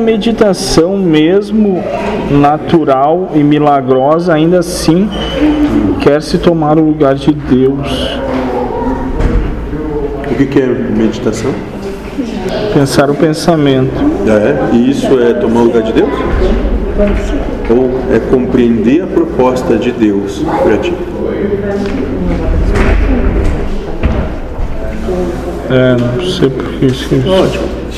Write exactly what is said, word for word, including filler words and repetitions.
meditação, mesmo natural e milagrosa, ainda assim quer se tomar o lugar de Deus. O que que é meditação? Pensar o pensamento. É, e isso é tomar o lugar de Deus? Ou é compreender a proposta de Deus para ti? É, não sei porque isso. Ótimo.